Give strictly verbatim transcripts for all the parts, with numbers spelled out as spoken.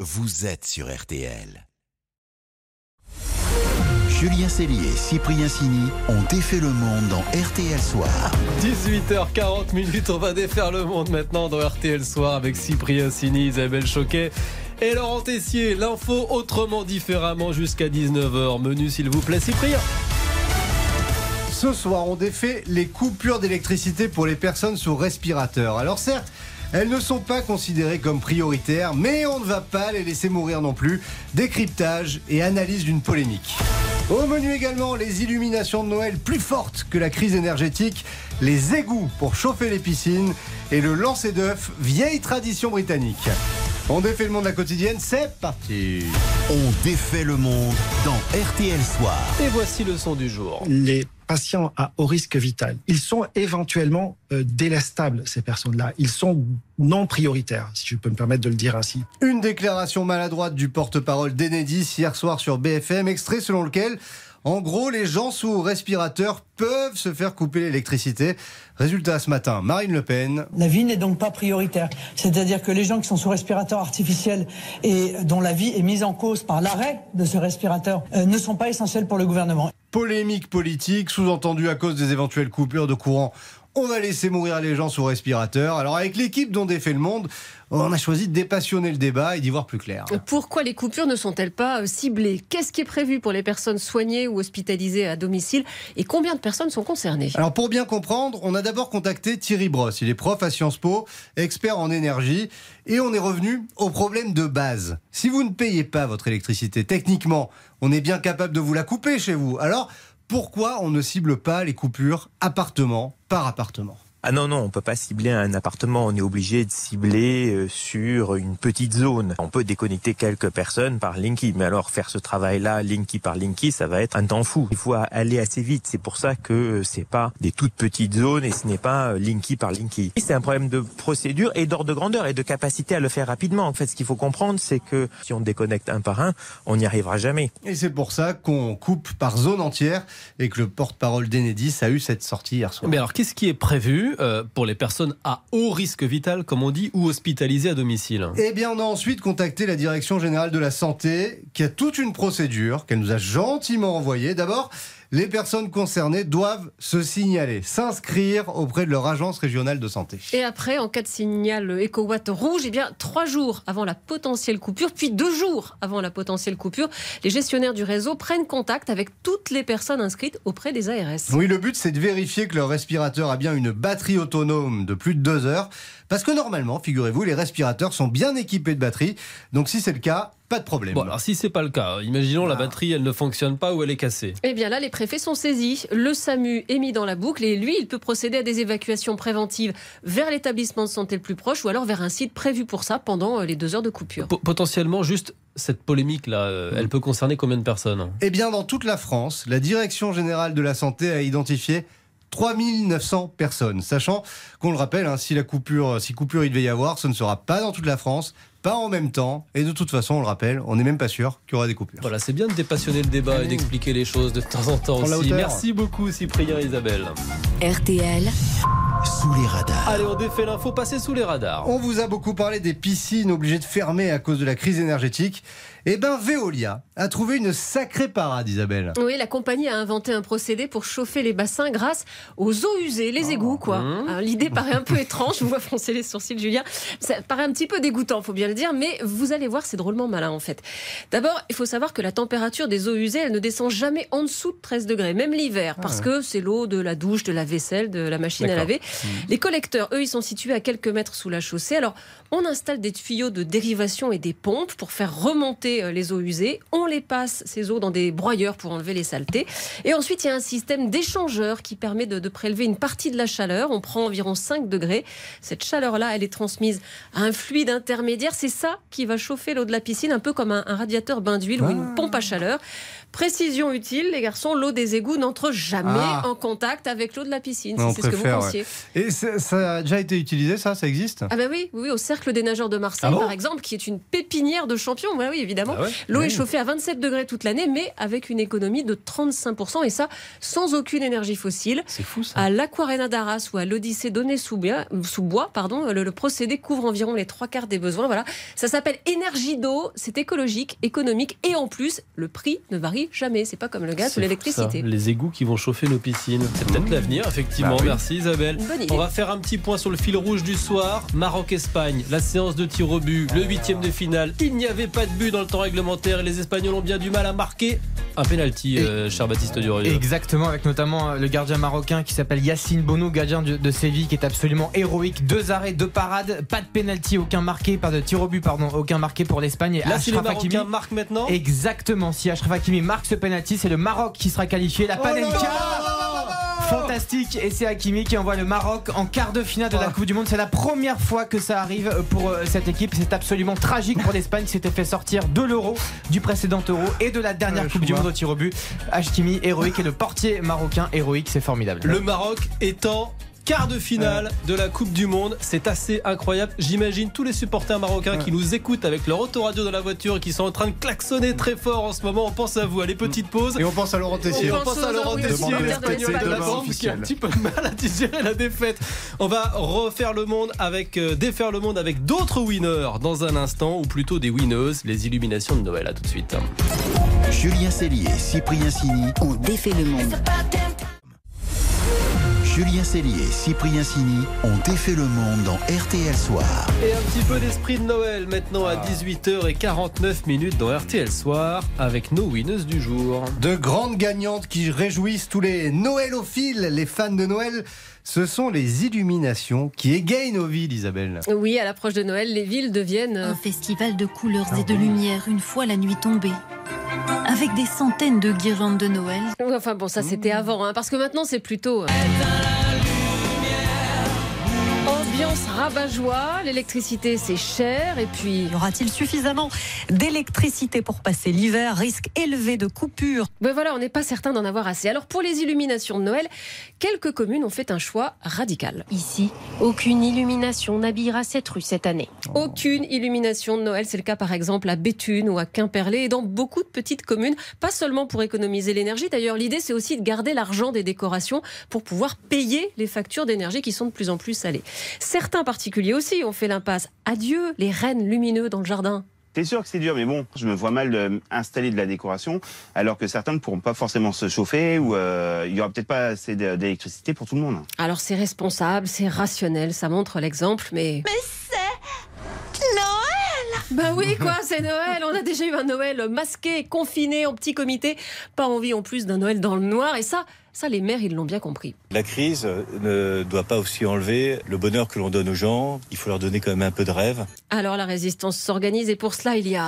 vous êtes sur R T L. Julien Cellier et Cyprien Sini ont défait le monde dans R T L Soir. dix-huit heures quarante minutes, on va défaire le monde maintenant dans R T L Soir avec Cyprien Sini, Isabelle Choquet et Laurent Tessier. L'info autrement, différemment jusqu'à dix-neuf heures. Menu s'il vous plaît, Cyprien. Ce soir, on défait les coupures d'électricité pour les personnes sous respirateur. Alors certes, elles ne sont pas considérées comme prioritaires, mais on ne va pas les laisser mourir non plus. Décryptage et analyse d'une polémique. Au menu également, les illuminations de Noël plus fortes que la crise énergétique, les égouts pour chauffer les piscines et le lancer d'œufs, vieille tradition britannique. On défait le monde de la quotidienne, c'est parti. On défait le monde dans R T L Soir. Et voici le son du jour. Les patients à haut risque vital, ils sont éventuellement euh, délestables, ces personnes-là. Ils sont non prioritaires, si je peux me permettre de le dire ainsi. Une déclaration maladroite du porte-parole d'Enedis hier soir sur B F M, extrait selon lequel, en gros, les gens sous respirateur peuvent se faire couper l'électricité. Résultat ce matin, Marine Le Pen. La vie n'est donc pas prioritaire. C'est-à-dire que les gens qui sont sous respirateur artificiel et dont la vie est mise en cause par l'arrêt de ce respirateur euh, ne sont pas essentiels pour le gouvernement. Polémique politique, sous-entendu à cause des éventuelles coupures de courant. On va laisser mourir les gens sous respirateur. Alors avec l'équipe dont défait le monde, on a choisi de dépassionner le débat et d'y voir plus clair. Pourquoi les coupures ne sont-elles pas ciblées ? Qu'est-ce qui est prévu pour les personnes soignées ou hospitalisées à domicile ? Et combien de personnes sont concernées ? Alors pour bien comprendre, on a d'abord contacté Thierry Brosse. Il est prof à Sciences Po, expert en énergie. Et on est revenu au problème de base. Si vous ne payez pas votre électricité, techniquement, on est bien capable de vous la couper chez vous. Alors, pourquoi on ne cible pas les coupures appartement par appartement ? Ah non, non, on peut pas cibler un appartement, on est obligé de cibler euh, sur une petite zone. On peut déconnecter quelques personnes par Linky, mais alors faire ce travail-là, Linky par Linky, ça va être un temps fou. Il faut aller assez vite, c'est pour ça que c'est pas des toutes petites zones et ce n'est pas Linky par Linky. C'est un problème de procédure et d'ordre de grandeur et de capacité à le faire rapidement. En fait, ce qu'il faut comprendre, c'est que si on déconnecte un par un, on n'y arrivera jamais. Et c'est pour ça qu'on coupe par zone entière et que le porte-parole d'Enedis a eu cette sortie hier soir. Mais alors, qu'est-ce qui est prévu Euh, pour les personnes à haut risque vital, comme on dit, ou hospitalisées à domicile? Eh bien, on a ensuite contacté la Direction Générale de la Santé, qui a toute une procédure qu'elle nous a gentiment envoyée. D'abord, les personnes concernées doivent se signaler, s'inscrire auprès de leur agence régionale de santé. Et après, en cas de signal éco-watt rouge, eh bien, trois jours avant la potentielle coupure, puis deux jours avant la potentielle coupure, les gestionnaires du réseau prennent contact avec toutes les personnes inscrites auprès des A R S. Oui, le but, c'est de vérifier que leur respirateur a bien une batterie autonome de plus de deux heures. Parce que normalement, figurez-vous, les respirateurs sont bien équipés de batterie. Donc si c'est le cas, pas de problème. Bon, alors si c'est pas le cas, imaginons ah. la batterie, elle ne fonctionne pas ou elle est cassée. Eh bien là, les préfets sont saisis. Le SAMU est mis dans la boucle et lui, il peut procéder à des évacuations préventives vers l'établissement de santé le plus proche ou alors vers un site prévu pour ça pendant les deux heures de coupure. P- potentiellement, juste cette polémique-là, euh, elle peut concerner combien de personnes ? Eh bien, dans toute la France, la Direction Générale de la Santé a identifié trois mille neuf cents personnes, sachant qu'on le rappelle, hein, si la coupure, si coupure il devait y avoir, ce ne sera pas dans toute la France, pas en même temps, et de toute façon, on le rappelle, on n'est même pas sûr qu'il y aura des coupures. Voilà, c'est bien de dépassionner le débat et d'expliquer les choses de temps en temps aussi. Merci beaucoup Cyprien et Isabelle. R T L. Sous les radars. Allez, on défait l'info, passez sous les radars. On vous a beaucoup parlé des piscines obligées de fermer à cause de la crise énergétique. Eh bien, Veolia a trouvé une sacrée parade, Isabelle. Oui, la compagnie a inventé un procédé pour chauffer les bassins grâce aux eaux usées, les égouts, quoi. Mmh. Alors, l'idée paraît un peu étrange, je vous vois froncer les sourcils, Julien. Ça paraît un petit peu dégoûtant, faut bien le dire, mais vous allez voir, c'est drôlement malin, en fait. D'abord, il faut savoir que la température des eaux usées, elle ne descend jamais en dessous de treize degrés, même l'hiver, parce ah ouais. que c'est l'eau de la douche, de la vaisselle, de la machine D'accord. à laver. Mmh. Les collecteurs, eux, ils sont situés à quelques mètres sous la chaussée. Alors, on installe des tuyaux de dérivation et des pompes pour faire remonter les eaux usées. On les passe, ces eaux, dans des broyeurs pour enlever les saletés. Et ensuite, il y a un système d'échangeur qui permet de, de prélever une partie de la chaleur. On prend environ cinq degrés. Cette chaleur-là, elle est transmise à un fluide intermédiaire. C'est ça qui va chauffer l'eau de la piscine, un peu comme un, un radiateur bain d'huile ah. ou une pompe à chaleur. Précision utile, les garçons, l'eau des égouts n'entre jamais ah. en contact avec l'eau de la piscine. Non, c'est ce que vous pensiez. Ouais. Et ça a déjà été utilisé, ça Ça existe ? Ah ben oui, oui, au Cercle des Nageurs de Marseille, ah bon par exemple, qui est une pépinière de champions. Ouais, oui, évidemment. évidemment. Ah ouais, L'eau ouais. est chauffée à vingt-sept degrés toute l'année, mais avec une économie de trente-cinq pour cent, et ça sans aucune énergie fossile. C'est fou ça. À l'Aquarena d'Arras ou à l'Odyssée d'Aulnay-sous-Bois, sous bois, pardon, le, le procédé couvre environ les trois quarts des besoins. Voilà. Ça s'appelle énergie d'eau, c'est écologique, économique, et en plus, le prix ne varie jamais. C'est pas comme le gaz C'est ou fou, l'électricité. ça. Les égouts qui vont chauffer nos piscines. C'est peut-être l'avenir, effectivement. Bah oui. Merci Isabelle. Une bonne idée. On va faire un petit point sur le fil rouge du soir. Maroc-Espagne, la séance de tir au but, le huitième de finale. Il n'y avait pas de but dans le temps réglementaire et les Espagnols ont bien du mal à marquer un penalty, euh, cher Baptiste Durieux. Exactement, avec notamment le gardien marocain qui s'appelle Yacine Bonou, gardien de, de Séville, qui est absolument héroïque. Deux arrêts, deux parades, pas de penalty, aucun marqué, pas de tir au but, pardon, aucun marqué pour l'Espagne. Et Là, si les Achraf Hakimi Marocains marquent maintenant. Exactement, si Achraf Hakimi marque ce penalty, c'est le Maroc qui sera qualifié. La Panenka, fantastique, et c'est Hakimi qui envoie le Maroc en quart de finale de la Coupe du Monde. C'est la première fois que ça arrive pour cette équipe. C'est absolument tragique pour l'Espagne qui s'était fait sortir de l'Euro, du précédent Euro et de la dernière Ouais, Coupe je du vois. Monde au tir au but. Hakimi héroïque et le portier marocain héroïque, c'est formidable. Le Maroc étant quart de finale de la Coupe du Monde, c'est assez incroyable. J'imagine tous les supporters marocains qui nous écoutent avec leur autoradio dans la voiture et qui sont en train de klaxonner très fort en ce moment. On pense à vous. Allez, petite pause. Et on pense à Laurent Tessier. Et on On pense pense à aux Laurent oui, Tessier, supporters de l'Espagnol de la l'Espagne, bande, qui a un petit peu de mal à digérer la défaite. On va refaire le monde avec, euh, défaire le monde avec d'autres winners dans un instant, ou plutôt des winneuses, les illuminations de Noël. À tout de suite. Julien Cellier et Cyprien Sini On défait le monde. Julien Cellier et Cyprien Sini ont défait le monde dans R T L Soir. Et un petit peu d'esprit de Noël maintenant à dix-huit heures quarante-neuf minutes dans R T L Soir avec nos winneuses du jour. De grandes gagnantes qui réjouissent tous les Noëlophiles, les fans de Noël. Ce sont les illuminations qui égayent nos villes, Isabelle. Oui, à l'approche de Noël, les villes deviennent... euh, Un festival de couleurs et de lumière une fois la nuit tombée. Avec des centaines de guirlandes de Noël. Enfin bon, ça c'était avant, hein, parce que maintenant c'est plutôt... euh, Ambiance rabat-joie, l'électricité c'est cher, et puis... Y aura-t-il suffisamment d'électricité pour passer l'hiver? Risque élevé de coupure. Ben voilà, on n'est pas certain d'en avoir assez. Alors pour les illuminations de Noël, quelques communes ont fait un choix radical. Ici, aucune illumination n'habillera cette rue cette année. Aucune illumination de Noël, c'est le cas par exemple à Béthune ou à Quimperlé et dans beaucoup de petites communes, pas seulement pour économiser l'énergie, d'ailleurs l'idée c'est aussi de garder l'argent des décorations pour pouvoir payer les factures d'énergie qui sont de plus en plus salées. Certains particuliers aussi ont fait l'impasse. Adieu les rennes lumineux dans le jardin. C'est sûr que c'est dur, mais bon, je me vois mal euh, installer de la décoration, alors que certains ne pourront pas forcément se chauffer, ou euh, il n'y aura peut-être pas assez d'électricité pour tout le monde. Alors c'est responsable, c'est rationnel, ça montre l'exemple, mais... Mais c'est Noël! Bah oui, quoi, c'est Noël. On a déjà eu un Noël masqué, confiné, en petit comité. Pas envie en plus d'un Noël dans le noir. Et ça, ça les maires, ils l'ont bien compris. La crise ne doit pas aussi enlever le bonheur que l'on donne aux gens. Il faut leur donner quand même un peu de rêve. Alors la résistance s'organise et pour cela, il y a...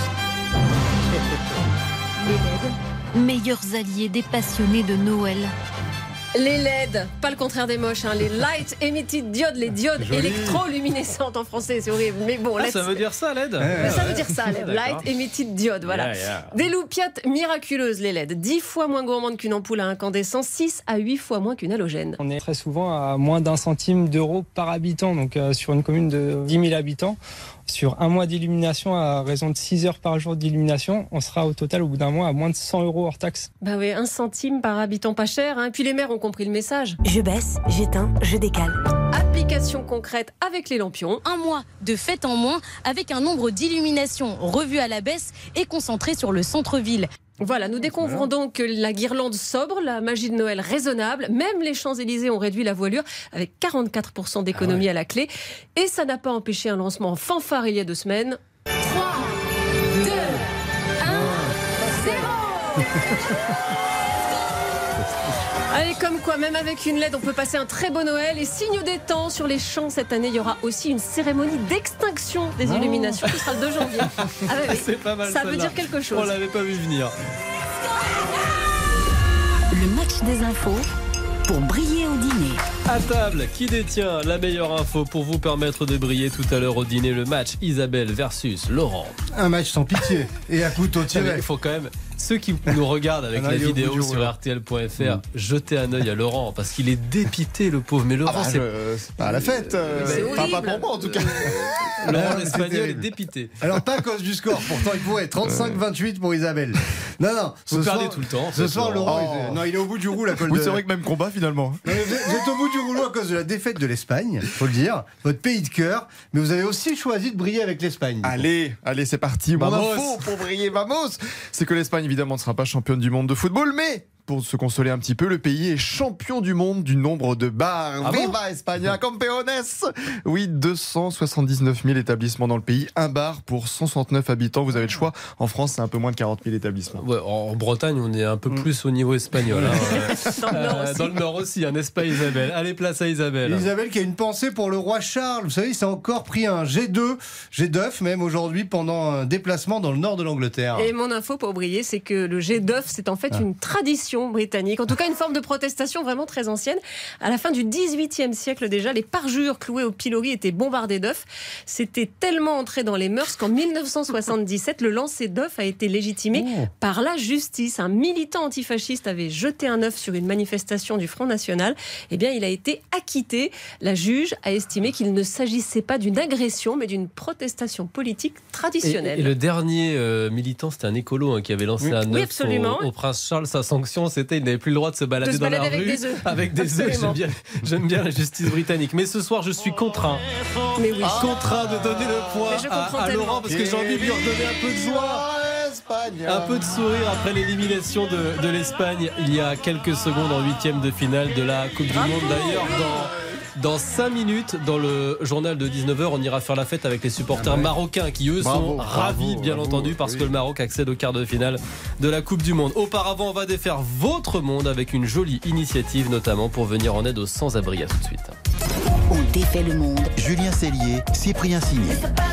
Les L E D, meilleurs alliés des passionnés de Noël. Les L E D, pas le contraire des moches, hein, les Light Emitted Diodes, les diodes Joli. électroluminescentes en français, c'est horrible. Mais bon, Ah, let's- ça veut dire ça, L E D. Mais ça veut dire ça, les D'accord. Light Emitted Diodes, voilà. Yeah, yeah. Des loupiottes miraculeuses, les L E D. dix fois moins gourmandes qu'une ampoule à incandescent, six à huit fois moins qu'une halogène. On est très souvent à moins d'un centime d'euro par habitant, donc euh, sur une commune de dix mille habitants. Sur un mois d'illumination, à raison de six heures par jour d'illumination, on sera au total au bout d'un mois à moins de cent euros hors taxe. Bah oui, un centime par habitant, pas cher. Hein. Puis les maires ont compris le message. Je baisse, j'éteins, je décale. Application concrète avec les lampions. Un mois de fête en moins avec un nombre d'illuminations revu à la baisse et concentré sur le centre-ville. Voilà, nous découvrons donc la guirlande sobre, la magie de Noël raisonnable. Même les Champs-Élysées ont réduit la voilure avec quarante-quatre pour cent d'économie Ah ouais. à la clé. Et ça n'a pas empêché un lancement en fanfare il y a deux semaines. trois, deux, un, zéro. Allez, comme quoi, même avec une L E D, on peut passer un très beau Noël. Et signe des temps sur les champs cette année, il y aura aussi une cérémonie d'extinction des illuminations qui sera le deux janvier. Ah ouais, oui. C'est pas mal. Ça veut celle-là. dire quelque chose. On l'avait pas vu venir. Le match des infos pour briller au dîner. À table, qui détient la meilleure info pour vous permettre de briller tout à l'heure au dîner? Le match Isabelle versus Laurent. Un match sans pitié et à couteau Il tiré. faut quand même Ceux qui nous regardent avec Ah non, la il est au bout vidéo du sur rouleau. R T L point F R, jetez un œil à Laurent parce qu'il est dépité, le pauvre. Mais Laurent, Ah bah, c'est je- c'est pas à la fête. euh, C'est enfin, pas horrible. pour moi en tout cas. Laurent Ah, c'est l'Espagnol est terrible. dépité. Alors pas à cause du score, pourtant il pourrait trente-cinq vingt-huit pour Isabelle. Non non, Vous ce perdez soir, tout le temps. en ce fait, soir Laurent. Laurent, il est- non il est au bout du rouleau à cause Oui, de. c'est vrai que même combat finalement. Non, mais vous, êtes, vous êtes au bout du rouleau à cause de la défaite de l'Espagne, faut le dire, votre pays de cœur, mais vous avez aussi choisi de briller avec l'Espagne. Allez, allez, c'est parti. Mon Vamos. info pour briller, vamos. C'est que l'Espagne évidemment ne sera pas championne du monde de football, mais pour se consoler un petit peu, le pays est champion du monde du nombre de bars. Ah bon Viva España, campeones. Oui, deux cent soixante-dix-neuf mille établissements dans le pays, un bar pour cent soixante-neuf habitants. Vous avez le choix. En France, c'est un peu moins de quarante mille établissements. Ouais, en Bretagne, on est un peu plus au niveau espagnol. hein. Dans le Nord Euh, aussi. dans le Nord aussi, hein, n'est-ce pas Isabelle? Allez, place à Isabelle. Isabelle qui a une pensée pour le roi Charles. Vous savez, il s'est encore pris un G deux, G d'œuf même aujourd'hui pendant un déplacement dans le nord de l'Angleterre. Et mon info pour briller, c'est que le jet d'œuf, c'est en fait Ah. une tradition britannique, en tout cas une forme de protestation vraiment très ancienne. À la fin du dix-huitième siècle déjà, les parjures clouées au pilori étaient bombardées d'œufs. C'était tellement entré dans les mœurs qu'en mille neuf cent soixante-dix-sept, le lancer d'œufs a été légitimé Oh. par la justice. Un militant antifasciste avait jeté un œuf sur une manifestation du Front National. Eh bien, il a été acquitté. La juge a estimé qu'il ne s'agissait pas d'une agression, mais d'une protestation politique traditionnelle. Et, et le dernier euh, militant, c'était un écolo hein, qui avait lancé Oui. un Oui, œuf absolument. au, au prince Charles. Sa sanction, c'était il n'avait plus le droit de se balader, De se dans balader la avec rue des œufs. avec des œufs. J'aime Absolument. bien, j'aime bien la justice britannique. Mais ce soir, je suis contraint, Mais oui. contraint de donner le point Mais je à, comprends à tellement. Laurent parce que j'ai envie de lui redonner un peu de joie. Un peu de sourire après l'élimination de, de l'Espagne il y a quelques secondes en huitième de finale de la Coupe du Monde. D'ailleurs, dans, dans cinq minutes, dans le journal de dix-neuf heures, on ira faire la fête avec les supporters marocains qui, eux, Bravo, sont bravo, ravis, bien bravo, entendu, parce oui. que le Maroc accède au quart de finale de la Coupe du Monde. Auparavant, on va défaire votre monde avec une jolie initiative, notamment pour venir en aide aux sans-abri. À tout de suite. On défait le monde. Julien Cellier, Cyprien Signy.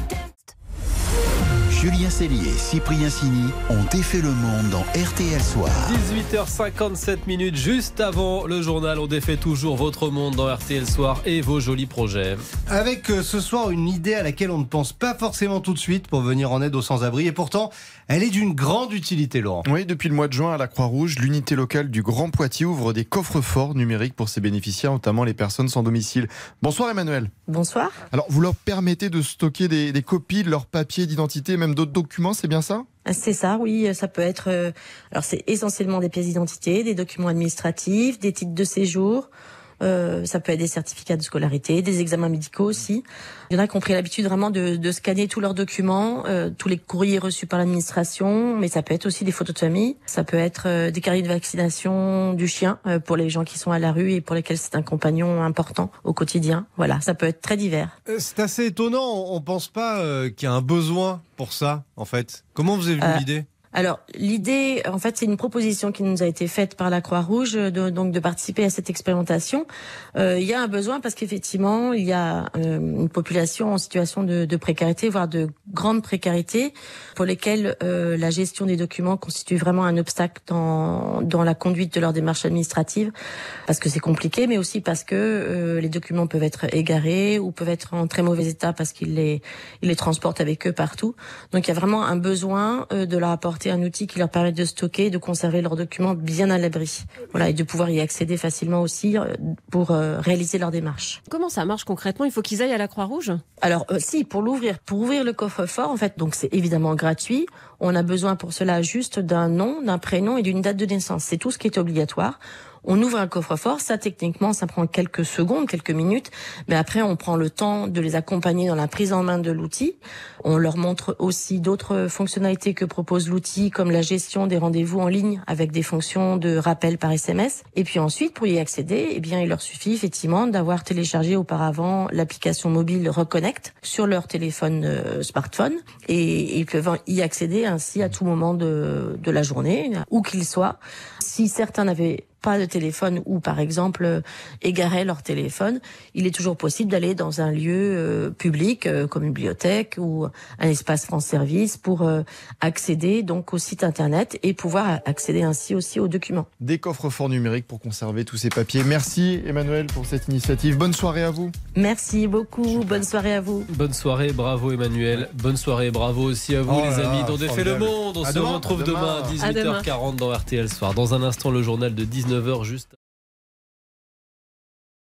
Julien Cellier et Cyprien Signy ont défait le monde dans R T L Soir. dix-huit heures cinquante-sept minutes, juste avant le journal, on défait toujours votre monde dans R T L Soir et vos jolis projets. Avec euh, ce soir une idée à laquelle on ne pense pas forcément tout de suite pour venir en aide aux sans-abri et pourtant elle est d'une grande utilité, Laurent. Oui, depuis le mois de juin à la Croix-Rouge, l'unité locale du Grand Poitiers ouvre des coffres-forts numériques pour ses bénéficiaires, notamment les personnes sans domicile. Bonsoir Emmanuel. Bonsoir. Alors, vous leur permettez de stocker des, des copies de leurs papiers d'identité, même d'autres documents, c'est bien ça ? C'est ça, oui. Ça peut être. euh, alors, c'est essentiellement des pièces d'identité, des documents administratifs, des titres de séjour. Euh, ça peut être des certificats de scolarité, des examens médicaux aussi. Il y en a qui ont pris l'habitude vraiment de, de scanner tous leurs documents, euh, tous les courriers reçus par l'administration, mais ça peut être aussi des photos de famille. Ça peut être euh, des carnets de vaccination du chien euh, pour les gens qui sont à la rue et pour lesquels c'est un compagnon important au quotidien. Voilà, ça peut être très divers. Euh, C'est assez étonnant, on pense pas euh, qu'il y a un besoin pour ça en fait. Comment vous avez vu Euh, l'idée ? Alors, l'idée, en fait, c'est une proposition qui nous a été faite par la Croix-Rouge, de, donc de participer à cette expérimentation. Euh, il y a un besoin parce qu'effectivement, il y a euh, une population en situation de, de précarité, voire de grande précarité, pour lesquelles euh, la gestion des documents constitue vraiment un obstacle dans, dans la conduite de leur démarche administrative, parce que c'est compliqué, mais aussi parce que euh, les documents peuvent être égarés ou peuvent être en très mauvais état parce qu'ils les, ils les transportent avec eux partout. Donc, il y a vraiment un besoin euh, de leur apporter un outil qui leur permet de stocker, de conserver leurs documents bien à l'abri. Voilà, et de pouvoir y accéder facilement aussi euh, pour euh, réaliser leur démarche. Comment ça marche concrètement? Il faut qu'ils aillent à la Croix-Rouge? Alors, euh, si, pour l'ouvrir, pour ouvrir le coffre-fort, en fait, donc c'est évidemment gratuit. On a besoin pour cela juste d'un nom, d'un prénom et d'une date de naissance. C'est tout ce qui est obligatoire. On ouvre un coffre-fort, ça techniquement ça prend quelques secondes, quelques minutes, mais après on prend le temps de les accompagner dans la prise en main de l'outil. On leur montre aussi d'autres fonctionnalités que propose l'outil, comme la gestion des rendez-vous en ligne avec des fonctions de rappel par S M S. Et puis ensuite, pour y accéder, eh bien il leur suffit effectivement d'avoir téléchargé auparavant l'application mobile Reconnect sur leur téléphone euh, smartphone, et ils peuvent y accéder ainsi à tout moment de, de la journée, où qu'ils soient. Si certains n'avaient pas de téléphone ou par exemple euh, égaraient leur téléphone, il est toujours possible d'aller dans un lieu euh, public euh, comme une bibliothèque ou un espace France Service pour euh, accéder donc au site internet et pouvoir accéder ainsi aussi aux documents. Des coffres-forts numériques pour conserver tous ces papiers. Merci Emmanuel pour cette initiative. Bonne soirée à vous. Merci beaucoup. Bonne soirée à vous. Bonne soirée, bravo Emmanuel. Bonne soirée, bravo aussi à vous Oh les là amis. là, Dans Défait le formidable. monde, on À se demain. retrouve À demain. demain à dix-huit heures quarante dans R T L Soir. Dans un instant, le journal de dix-neuf heures juste.